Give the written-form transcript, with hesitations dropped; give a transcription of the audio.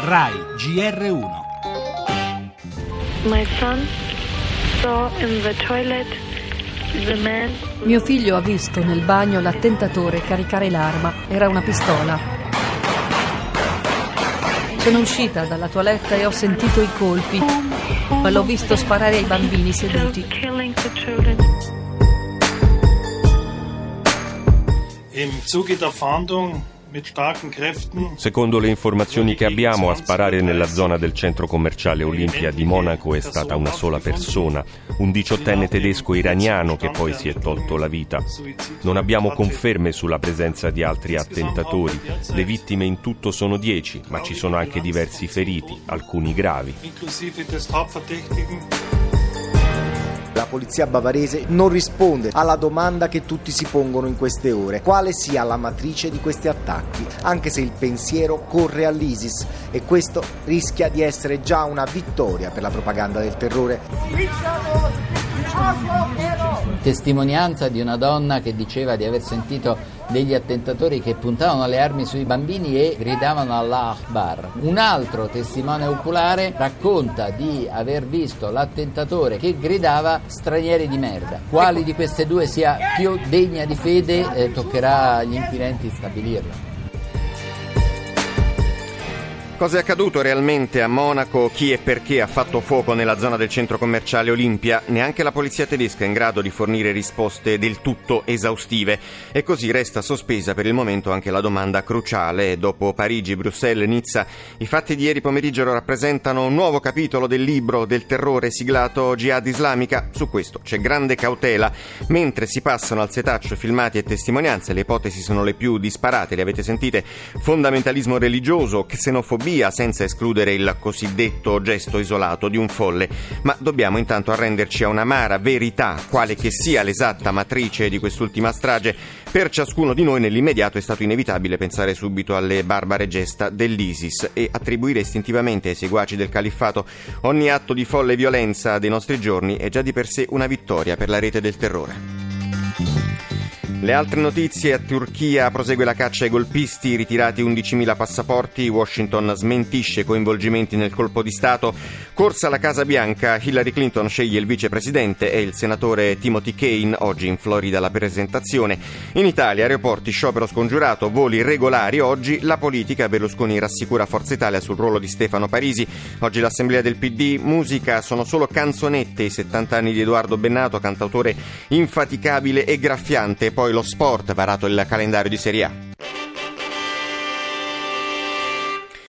Rai GR1. My son saw in the toilet the man. Mio figlio ha visto nel bagno l'attentatore caricare l'arma. Era una pistola. Sono uscita dalla toiletta e ho sentito i colpi, ma l'ho visto sparare ai bambini seduti. Im Zuge der Fahndung mit starken Kräften. Secondo le informazioni che abbiamo, a sparare nella zona del centro commerciale Olimpia di Monaco è stata una sola persona, un 18enne tedesco iraniano che poi si è tolto la vita. Non abbiamo conferme sulla presenza di altri attentatori. Le vittime in tutto sono 10, ma ci sono anche diversi feriti, alcuni gravi. La polizia bavarese non risponde alla domanda che tutti si pongono in queste ore: quale sia la matrice di questi attacchi, anche se il pensiero corre all'ISIS, e questo rischia di essere già una vittoria per la propaganda del terrore. Testimonianza di una donna che diceva di aver sentito degli attentatori che puntavano le armi sui bambini e gridavano Allah Akbar. Un altro testimone oculare racconta di aver visto l'attentatore che gridava stranieri di merda. Quali di queste due sia più degna di fede toccherà agli inquirenti stabilirlo. Cosa è accaduto realmente a Monaco? Chi e perché ha fatto fuoco nella zona del centro commerciale Olimpia? Neanche la polizia tedesca è in grado di fornire risposte del tutto esaustive, e così resta sospesa per il momento anche la domanda cruciale. Dopo Parigi, Bruxelles, Nizza, i fatti di ieri pomeriggio rappresentano un nuovo capitolo del libro del terrore siglato Jihad Islamica. Su questo c'è grande cautela. Mentre si passano al setaccio filmati e testimonianze, le ipotesi sono le più disparate, le avete sentite: fondamentalismo religioso, xenofobia, senza escludere il cosiddetto gesto isolato di un folle. Ma dobbiamo intanto arrenderci a un'amara verità: quale che sia l'esatta matrice di quest'ultima strage, per ciascuno di noi nell'immediato è stato inevitabile pensare subito alle barbare gesta dell'ISIS e attribuire istintivamente ai seguaci del califfato ogni atto di folle violenza dei nostri giorni è già di per sé una vittoria per la rete del terrore. Le altre notizie: a Turchia prosegue la caccia ai golpisti, ritirati 11.000 passaporti, Washington smentisce coinvolgimenti nel colpo di Stato, corsa alla Casa Bianca, Hillary Clinton sceglie il vicepresidente e il senatore Timothy Kane oggi in Florida la presentazione. In Italia aeroporti, sciopero scongiurato, voli regolari oggi, la politica, Berlusconi rassicura Forza Italia sul ruolo di Stefano Parisi, oggi l'assemblea del PD, musica, sono solo canzonette, i 70 anni di Edoardo Bennato, cantautore infaticabile e graffiante, poi lo sport, varato il calendario di Serie A.